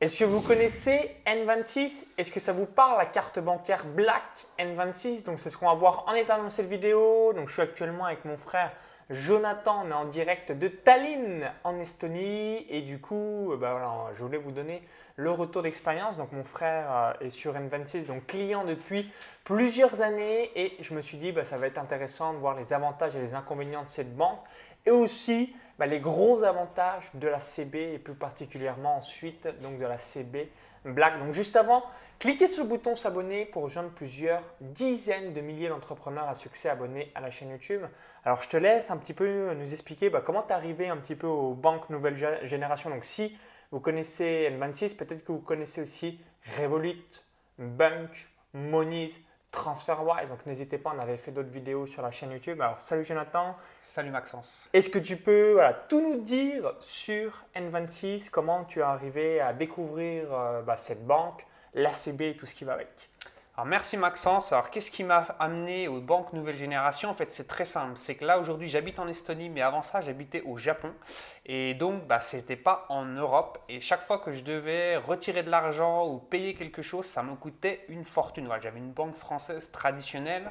Est-ce que vous connaissez N26? Est-ce que ça vous parle, la carte bancaire Black N26? Donc c'est ce qu'on va voir en état dans cette vidéo. Donc je suis actuellement avec mon frère Jonathan, on est en direct de Tallinn en Estonie et du coup voilà, je voulais vous donner le retour d'expérience. Donc mon frère est sur N26, donc client depuis plusieurs années et je me suis dit ça va être intéressant de voir les avantages et les inconvénients de cette banque et aussi les gros avantages de la CB et plus particulièrement ensuite donc de la CB Black. Donc juste avant, cliquez sur le bouton s'abonner pour rejoindre plusieurs dizaines de milliers d'entrepreneurs à succès abonnés à la chaîne YouTube. Alors je te laisse un petit peu nous expliquer comment tu es arrivé un petit peu aux banques nouvelle génération. Donc si vous connaissez N26, peut-être que vous connaissez aussi Revolut, Bunk, Moniz, TransferWise. Donc n'hésitez pas, on avait fait d'autres vidéos sur la chaîne YouTube. Alors salut Jonathan. Salut Maxence. Est-ce que tu peux tout nous dire sur N26, comment tu es arrivé à découvrir cette banque, l'ACB et tout ce qui va avec? Alors merci Maxence. Alors qu'est-ce qui m'a amené aux banques nouvelle génération? En fait, c'est très simple. C'est que là aujourd'hui, j'habite en Estonie, mais avant ça, j'habitais au Japon. Et donc, ce n'était pas en Europe. Et chaque fois que je devais retirer de l'argent ou payer quelque chose, ça me coûtait une fortune. Voilà, j'avais une banque française traditionnelle.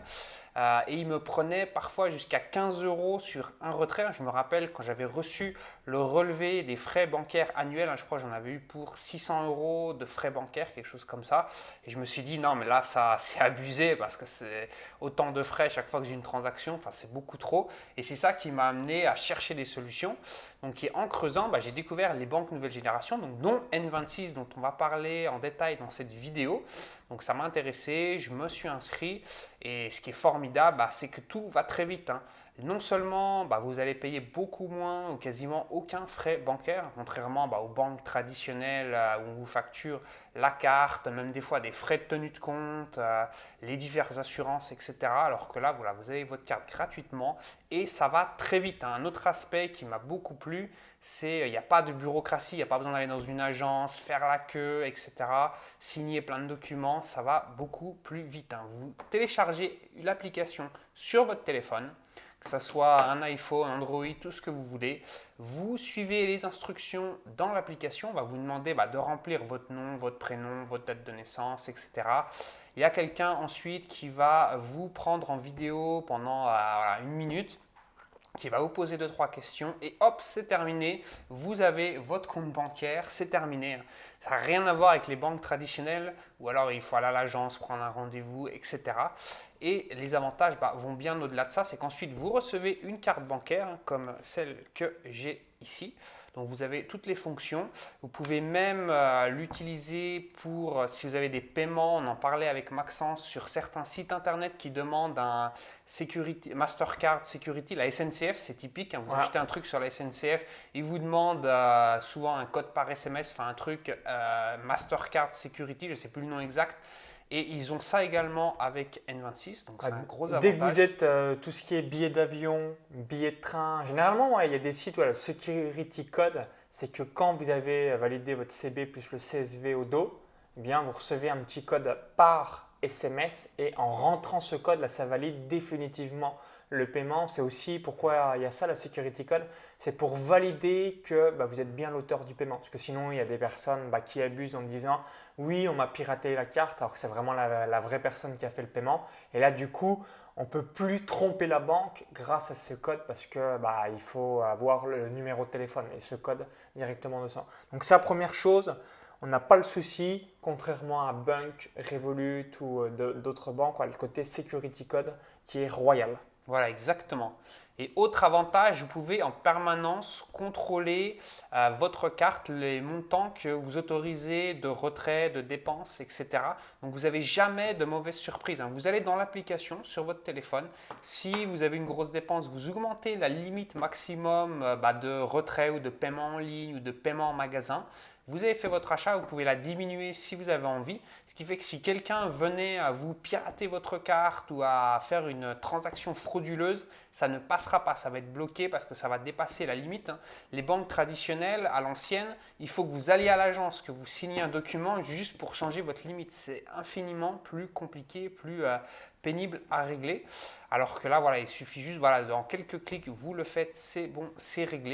Et il me prenait parfois jusqu'à 15 euros sur un retrait. Je me rappelle quand j'avais reçu le relevé des frais bancaires annuels, je crois que j'en avais eu pour 600 euros de frais bancaires, quelque chose comme ça. Et je me suis dit non mais là ça c'est abusé parce que c'est autant de frais chaque fois que j'ai une transaction, enfin c'est beaucoup trop. Et c'est ça qui m'a amené à chercher des solutions. Donc en creusant, j'ai découvert les banques nouvelle génération, donc dont N26 dont on va parler en détail dans cette vidéo. Donc ça m'a intéressé, je me suis inscrit et ce qui est formidable, c'est que tout va très vite. Non seulement vous allez payer beaucoup moins ou quasiment aucun frais bancaire, contrairement aux banques traditionnelles où on vous facture la carte, même des fois des frais de tenue de compte, les diverses assurances, etc. Alors que là, voilà, vous avez votre carte gratuitement et ça va très vite. Un autre aspect qui m'a beaucoup plu, c'est il n'y a pas de bureaucratie, il n'y a pas besoin d'aller dans une agence, faire la queue, etc. Signer plein de documents, ça va beaucoup plus vite. Vous téléchargez l'application sur votre téléphone, que ce soit un iPhone, Android, tout ce que vous voulez. Vous suivez les instructions dans l'application. On va vous demander de remplir votre nom, votre prénom, votre date de naissance, etc. Il y a quelqu'un ensuite qui va vous prendre en vidéo pendant 1 minute, qui va vous poser 2-3 questions et hop, c'est terminé. Vous avez votre compte bancaire, c'est terminé. Ça n'a rien à voir avec les banques traditionnelles ou alors il faut aller à l'agence, prendre un rendez-vous, etc. Et les avantages vont bien au-delà de ça, c'est qu'ensuite vous recevez une carte bancaire comme celle que j'ai ici. Donc vous avez toutes les fonctions. Vous pouvez même l'utiliser pour, si vous avez des paiements, on en parlait avec Maxence, sur certains sites internet qui demandent un Security, Mastercard Security. La SNCF, c'est typique. Vous achetez un truc sur la SNCF, ils vous demandent souvent un code par SMS, enfin un truc Mastercard Security, je ne sais plus le nom exact. Et ils ont ça également avec N26, donc c'est un gros avantage. Dès que vous êtes tout ce qui est billets d'avion, billets de train, généralement il y a des sites, le Security Code, c'est que quand vous avez validé votre CB plus le CSV au dos, vous recevez un petit code par SMS et en rentrant ce code, ça valide définitivement le paiement. C'est aussi pourquoi il y a ça, la Security Code, c'est pour valider que vous êtes bien l'auteur du paiement. Parce que sinon, il y a des personnes qui abusent en disant « oui, on m'a piraté la carte », alors que c'est vraiment la vraie personne qui a fait le paiement. Et là, du coup, on ne peut plus tromper la banque grâce à ce code parce que il faut avoir le numéro de téléphone et ce code directement dessus. Donc, c'est la première chose. On n'a pas le souci, contrairement à Bunk, Revolut ou d'autres banques, le côté Security Code qui est royal. Voilà, exactement. Et autre avantage, vous pouvez en permanence contrôler votre carte, les montants que vous autorisez de retrait, de dépenses, etc. Donc vous n'avez jamais de mauvaises surprises. Vous allez dans l'application sur votre téléphone. Si vous avez une grosse dépense, vous augmentez la limite maximum de retrait ou de paiement en ligne ou de paiement en magasin. Vous avez fait votre achat, vous pouvez la diminuer si vous avez envie. Ce qui fait que si quelqu'un venait à vous pirater votre carte ou à faire une transaction frauduleuse, ça ne passera pas, ça va être bloqué parce que ça va dépasser la limite. Les banques traditionnelles, à l'ancienne, il faut que vous alliez à l'agence, que vous signiez un document juste pour changer votre limite. C'est infiniment plus compliqué, plus pénible à régler. Alors que là, il suffit juste, dans quelques clics, vous le faites, c'est bon, c'est réglé.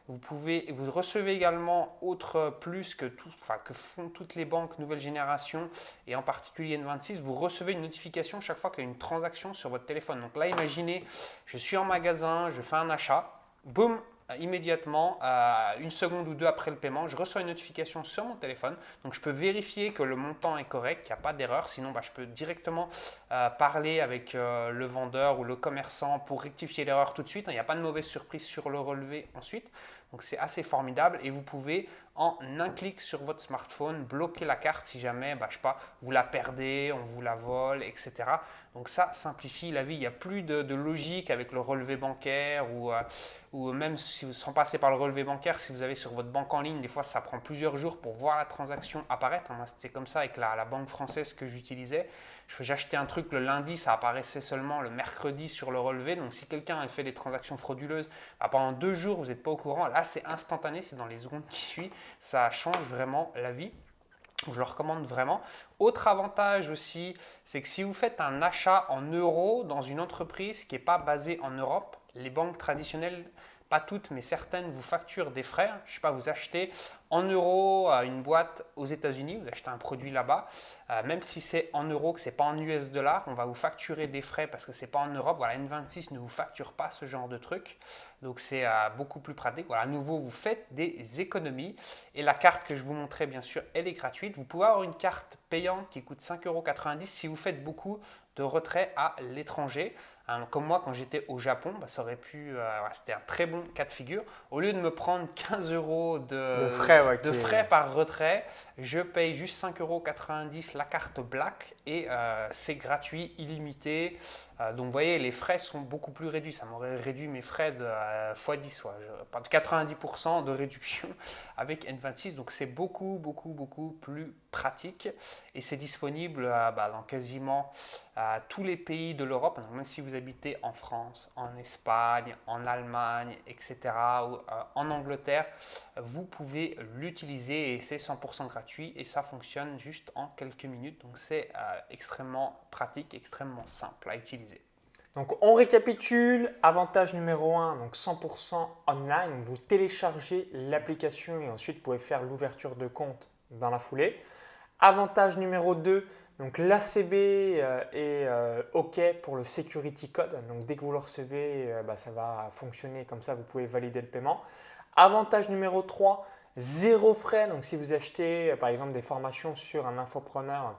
Vous recevez également autre plus que font toutes les banques nouvelle génération et en particulier N26, vous recevez une notification chaque fois qu'il y a une transaction sur votre téléphone. Donc là, imaginez, je suis en magasin, je fais un achat, boum, immédiatement, une seconde ou deux après le paiement, je reçois une notification sur mon téléphone. Donc je peux vérifier que le montant est correct, qu'il n'y a pas d'erreur. Sinon, je peux directement parler avec le vendeur ou le commerçant pour rectifier l'erreur tout de suite. Il n'y a pas de mauvaise surprise sur le relevé ensuite. Donc c'est assez formidable et vous pouvez en un clic sur votre smartphone bloquer la carte si jamais je sais pas, vous la perdez, on vous la vole, etc. Donc ça simplifie la vie. Il n'y a plus de logique avec le relevé bancaire ou même sans passer par le relevé bancaire, si vous avez sur votre banque en ligne, des fois ça prend plusieurs jours pour voir la transaction apparaître. Moi c'était comme ça avec la banque française que j'utilisais. J'achetais un truc le lundi, ça apparaissait seulement le mercredi sur le relevé. Donc si quelqu'un a fait des transactions frauduleuses, pendant 2 jours, vous n'êtes pas au courant. Là, c'est instantané, c'est dans les secondes qui suivent. Ça change vraiment la vie. Je le recommande vraiment. Autre avantage aussi, c'est que si vous faites un achat en euros dans une entreprise qui n'est pas basée en Europe, les banques traditionnelles, pas toutes, mais certaines vous facturent des frais. Je ne sais pas, vous achetez en euros une boîte aux États-Unis, vous achetez un produit là-bas, même si c'est en euros, que ce n'est pas en US dollars, on va vous facturer des frais parce que ce n'est pas en Europe. Voilà, N26 ne vous facture pas ce genre de truc. Donc c'est beaucoup plus pratique. Voilà, à nouveau, vous faites des économies. Et la carte que je vous montrais, bien sûr, elle est gratuite. Vous pouvez avoir une carte payante qui coûte 5,90 € si vous faites beaucoup de retraits à l'étranger. Comme moi, quand j'étais au Japon, ça aurait pu, c'était un très bon cas de figure. Au lieu de me prendre 15 € de frais par retrait, je paye juste 5,90 € la carte Black et c'est gratuit, illimité. Donc vous voyez, les frais sont beaucoup plus réduits. Ça m'aurait réduit mes frais de x10, de 90% de réduction avec N26. Donc c'est beaucoup, beaucoup, beaucoup plus pratique et c'est disponible dans quasiment tous les pays de l'Europe. Donc même si vous habitez en France, en Espagne, en Allemagne, etc., ou en Angleterre, vous pouvez l'utiliser et c'est 100% gratuit et ça fonctionne juste en quelques minutes. Donc c'est extrêmement pratique, extrêmement simple à utiliser. Donc on récapitule, avantage numéro 1, donc 100% online, vous téléchargez l'application et ensuite vous pouvez faire l'ouverture de compte dans la foulée. Avantage numéro 2, donc l'ACB est OK pour le security code, donc dès que vous le recevez, ça va fonctionner comme ça, vous pouvez valider le paiement. Avantage numéro 3, zéro frais, donc si vous achetez par exemple des formations sur un infopreneur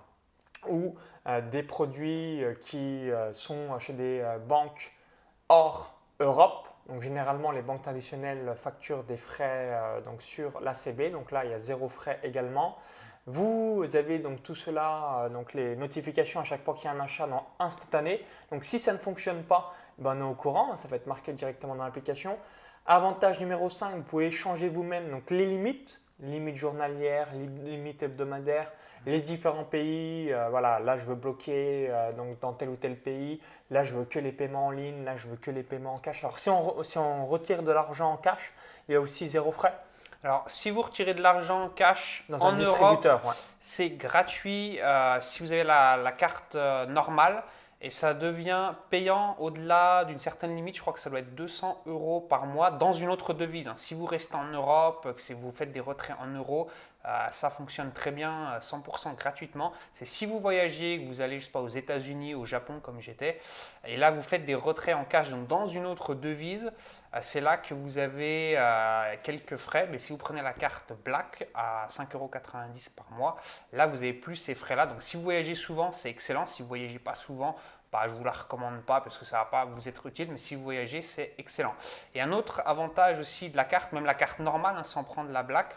ou des produits qui sont chez des banques hors Europe. Donc généralement, les banques traditionnelles facturent des frais donc sur l'ACB. Donc là, il y a zéro frais également. Vous avez donc tout cela, donc les notifications à chaque fois qu'il y a un achat dans instantané. Donc si ça ne fonctionne pas, on est au courant, ça va être marqué directement dans l'application. Avantage numéro 5, vous pouvez changer vous-même donc les limites, limite journalière, limite hebdomadaire, les différents pays. Voilà, là je veux bloquer donc dans tel ou tel pays, là je veux que les paiements en ligne, là je veux que les paiements en cash. Alors si on retire de l'argent en cash, il y a aussi zéro frais. Alors, si vous retirez de l'argent cash dans en un Europe, distributeur, c'est gratuit si vous avez la carte normale et ça devient payant au-delà d'une certaine limite. Je crois que ça doit être 200 € par mois dans une autre devise. Si vous restez en Europe, que vous faites des retraits en euros, ça fonctionne très bien, 100% gratuitement. C'est si vous voyagez, que vous allez, je sais pas, aux États-Unis, au Japon comme j'étais, et là vous faites des retraits en cash donc dans une autre devise, c'est là que vous avez quelques frais. Mais si vous prenez la carte Black à 5,90 € par mois, là vous n'avez plus ces frais-là. Donc si vous voyagez souvent, c'est excellent. Si vous ne voyagez pas souvent, je ne vous la recommande pas parce que ça ne va pas vous être utile, mais si vous voyagez, c'est excellent. Et un autre avantage aussi de la carte, même la carte normale, sans prendre la Black,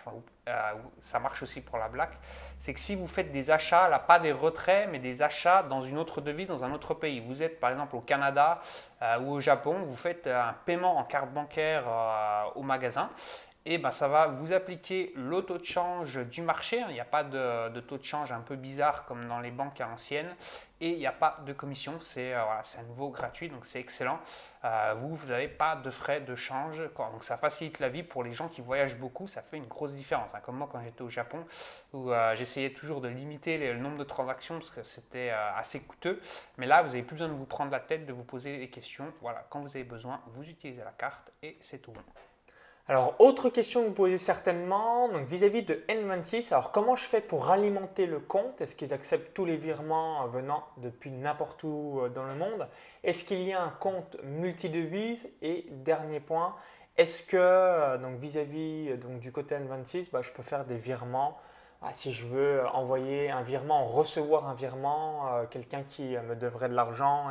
ça marche aussi pour la Black, c'est que si vous faites des achats, là pas des retraits, mais des achats dans une autre devise, dans un autre pays. Vous êtes par exemple au Canada ou au Japon, vous faites un paiement en carte bancaire au magasin. Et ça va vous appliquer le taux de change du marché. Il n'y a pas de taux de change un peu bizarre comme dans les banques à l'ancienne. Et il n'y a pas de commission. C'est à nouveau gratuit, donc c'est excellent. Vous n'avez pas de frais de change. Donc ça facilite la vie pour les gens qui voyagent beaucoup. Ça fait une grosse différence. Comme moi quand j'étais au Japon, où j'essayais toujours de limiter le nombre de transactions parce que c'était assez coûteux. Mais là, vous n'avez plus besoin de vous prendre la tête, de vous poser des questions. Voilà, quand vous avez besoin, vous utilisez la carte et c'est tout bon. Alors, autre question que vous posez certainement, donc vis-à-vis de N26, alors comment je fais pour alimenter le compte? Est-ce qu'ils acceptent tous les virements venant depuis n'importe où dans le monde? Est-ce qu'il y a un compte multidevises? Et dernier point, est-ce que donc vis-à-vis donc du côté N26, je peux faire des virements? Si je veux envoyer un virement, recevoir un virement, quelqu'un qui me devrait de l'argent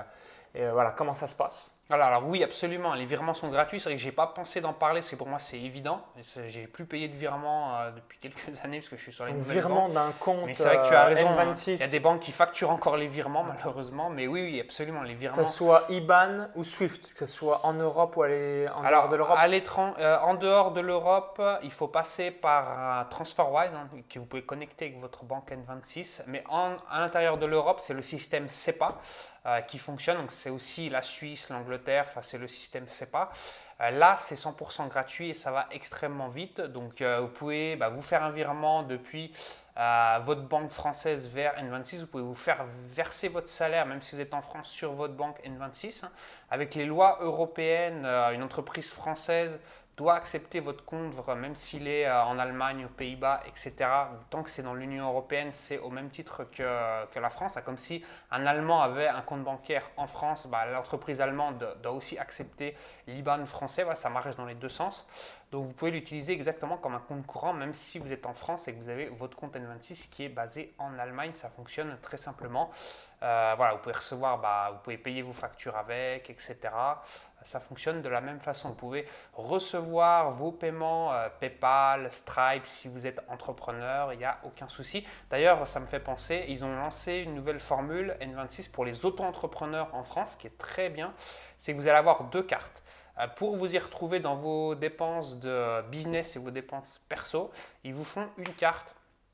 et voilà, comment ça se passe? Voilà, alors oui, absolument, les virements sont gratuits. C'est vrai que je n'ai pas pensé d'en parler parce que pour moi c'est évident. J'ai plus payé de virements depuis quelques années parce que je suis sur une Donc nouvelle virement banque. d'un Mais compte c'est vrai que tu as raison, hein. Il y a N26, des banques qui facturent encore les virements malheureusement. Mais oui, oui, absolument, les que ce virements. soit IBAN ou SWIFT, que ce soit en Europe ou en dehors de Alors, l'Europe. en dehors de l'Europe, il faut passer par TransferWise, que vous pouvez connecter avec votre banque N26. Mais à l'intérieur de l'Europe, c'est le système SEPA qui fonctionne. Donc, c'est aussi la Suisse, l'Angleterre, enfin, c'est le système SEPA. Là, c'est 100% gratuit et ça va extrêmement vite. Donc, vous pouvez vous faire un virement depuis votre banque française vers N26. Vous pouvez vous faire verser votre salaire, même si vous êtes en France, sur votre banque N26. Avec les lois européennes, une entreprise française doit accepter votre compte, même s'il est en Allemagne, aux Pays-Bas, etc. Tant que c'est dans l'Union européenne, c'est au même titre que la France. C'est comme si un Allemand avait un compte bancaire en France, l'entreprise allemande doit aussi accepter l'IBAN français. Voilà, ça marche dans les deux sens. Donc vous pouvez l'utiliser exactement comme un compte courant, même si vous êtes en France et que vous avez votre compte N26 qui est basé en Allemagne. Ça fonctionne très simplement. Voilà, vous pouvez recevoir, vous pouvez payer vos factures avec, etc. Ça fonctionne de la même façon. Vous pouvez recevoir vos paiements PayPal, Stripe si vous êtes entrepreneur, il n'y a aucun souci. D'ailleurs, ça me fait penser, ils ont lancé une nouvelle formule N26 pour les auto-entrepreneurs en France qui est très bien. C'est que vous allez avoir deux cartes. Pour vous y retrouver dans vos dépenses de business et vos dépenses perso, ils vous font une carte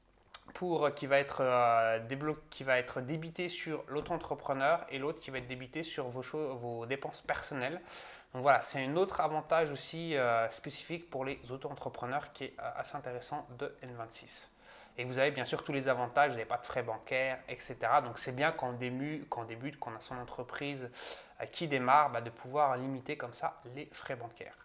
qui va être débité sur l'auto-entrepreneur et l'autre qui va être débité sur vos dépenses personnelles. Donc voilà, c'est un autre avantage aussi spécifique pour les auto-entrepreneurs qui est assez intéressant de N26. Et vous avez bien sûr tous les avantages, vous n'avez pas de frais bancaires, etc. Donc c'est bien quand on débute, qu'on a son entreprise qui démarre, de pouvoir limiter comme ça les frais bancaires.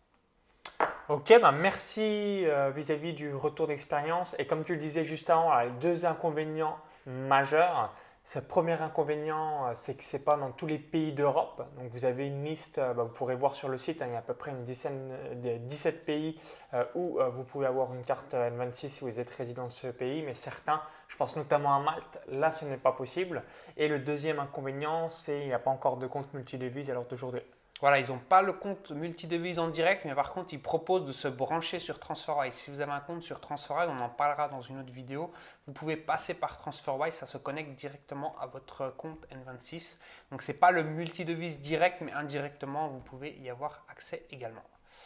Ok, merci vis-à-vis du retour d'expérience. Et comme tu le disais juste avant, les deux inconvénients majeurs. Ce premier inconvénient, c'est que ce n'est pas dans tous les pays d'Europe. Donc vous avez une liste, vous pourrez voir sur le site, il y a à peu près une dizaine, 17 pays où vous pouvez avoir une carte N26 si vous êtes résident de ce pays. Mais certains, je pense notamment à Malte, là ce n'est pas possible. Et le deuxième inconvénient, c'est qu'il n'y a pas encore de compte multidevise à l'heure d'aujourd'hui. Voilà, ils n'ont pas le compte multidevise en direct, mais par contre, ils proposent de se brancher sur TransferWise. Si vous avez un compte sur TransferWise, on en parlera dans une autre vidéo. Vous pouvez passer par TransferWise, ça se connecte directement à votre compte N26. Donc, ce n'est pas le multidevise direct, mais indirectement, vous pouvez y avoir accès également.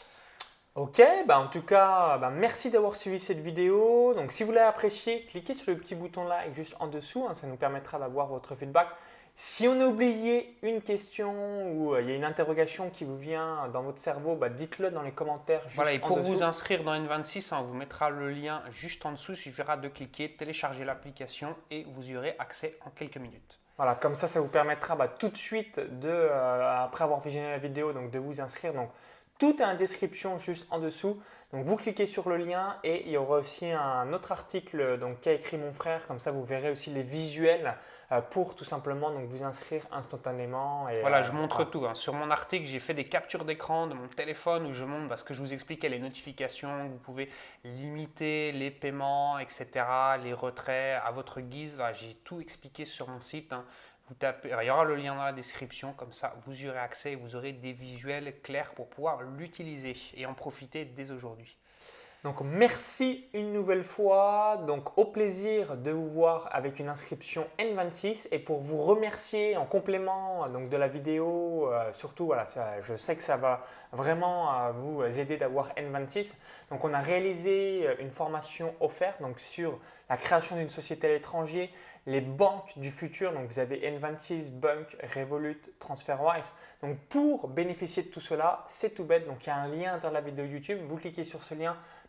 Ok, en tout cas, merci d'avoir suivi cette vidéo. Donc, si vous l'avez appréciée, cliquez sur le petit bouton like juste en dessous, ça nous permettra d'avoir votre feedback. Si on a oublié une question ou il y a une interrogation qui vous vient dans votre cerveau, dites-le dans les commentaires juste voilà, et en pour dessous. vous inscrire dans N26, on vous mettra le lien juste en dessous. Il suffira de cliquer, télécharger l'application et vous y aurez accès en quelques minutes. Voilà, comme ça vous permettra tout de suite, après avoir visionné la vidéo, donc de vous inscrire. Donc, tout est en description juste en dessous. Donc vous cliquez sur le lien et il y aura aussi un autre article qu'a écrit mon frère. Comme ça, vous verrez aussi les visuels pour tout simplement vous inscrire instantanément. Et, voilà, je montre tout. Sur mon article, j'ai fait des captures d'écran de mon téléphone où je montre parce que je vous expliquais les notifications, vous pouvez limiter les paiements, etc., les retraits à votre guise. Voilà, j'ai tout expliqué sur mon site. Vous tapez, il y aura le lien dans la description, comme ça vous y aurez accès et vous aurez des visuels clairs pour pouvoir l'utiliser et en profiter dès aujourd'hui. Donc merci une nouvelle fois, donc au plaisir de vous voir avec une inscription N26 et pour vous remercier en complément de la vidéo, surtout je sais que ça va vraiment vous aider d'avoir N26. Donc on a réalisé une formation offerte sur la création d'une société à l'étranger, les banques du futur, donc vous avez N26, Bunk, Revolut, TransferWise. Donc pour bénéficier de tout cela, c'est tout bête, donc il y a un lien dans la vidéo YouTube, vous cliquez sur ce lien,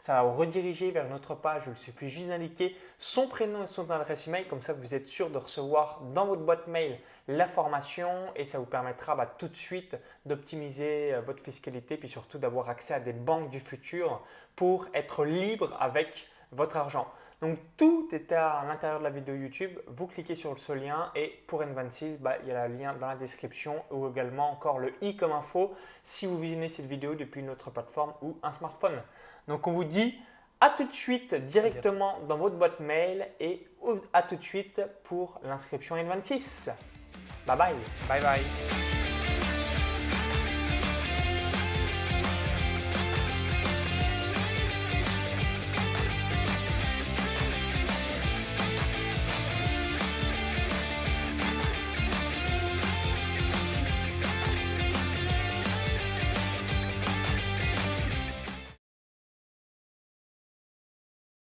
ça va vous rediriger vers une autre page où il suffit juste d'indiquer son prénom et son adresse email. Comme ça, vous êtes sûr de recevoir dans votre boîte mail la formation et ça vous permettra tout de suite d'optimiser votre fiscalité puis surtout d'avoir accès à des banques du futur pour être libre avec votre argent. Donc tout est à l'intérieur de la vidéo YouTube. Vous cliquez sur ce lien et pour N26, il y a le lien dans la description ou également encore le i comme info si vous visionnez cette vidéo depuis une autre plateforme ou un smartphone. Donc on vous dit à tout de suite directement dans votre boîte mail et à tout de suite pour l'inscription N26. Bye bye. Bye bye.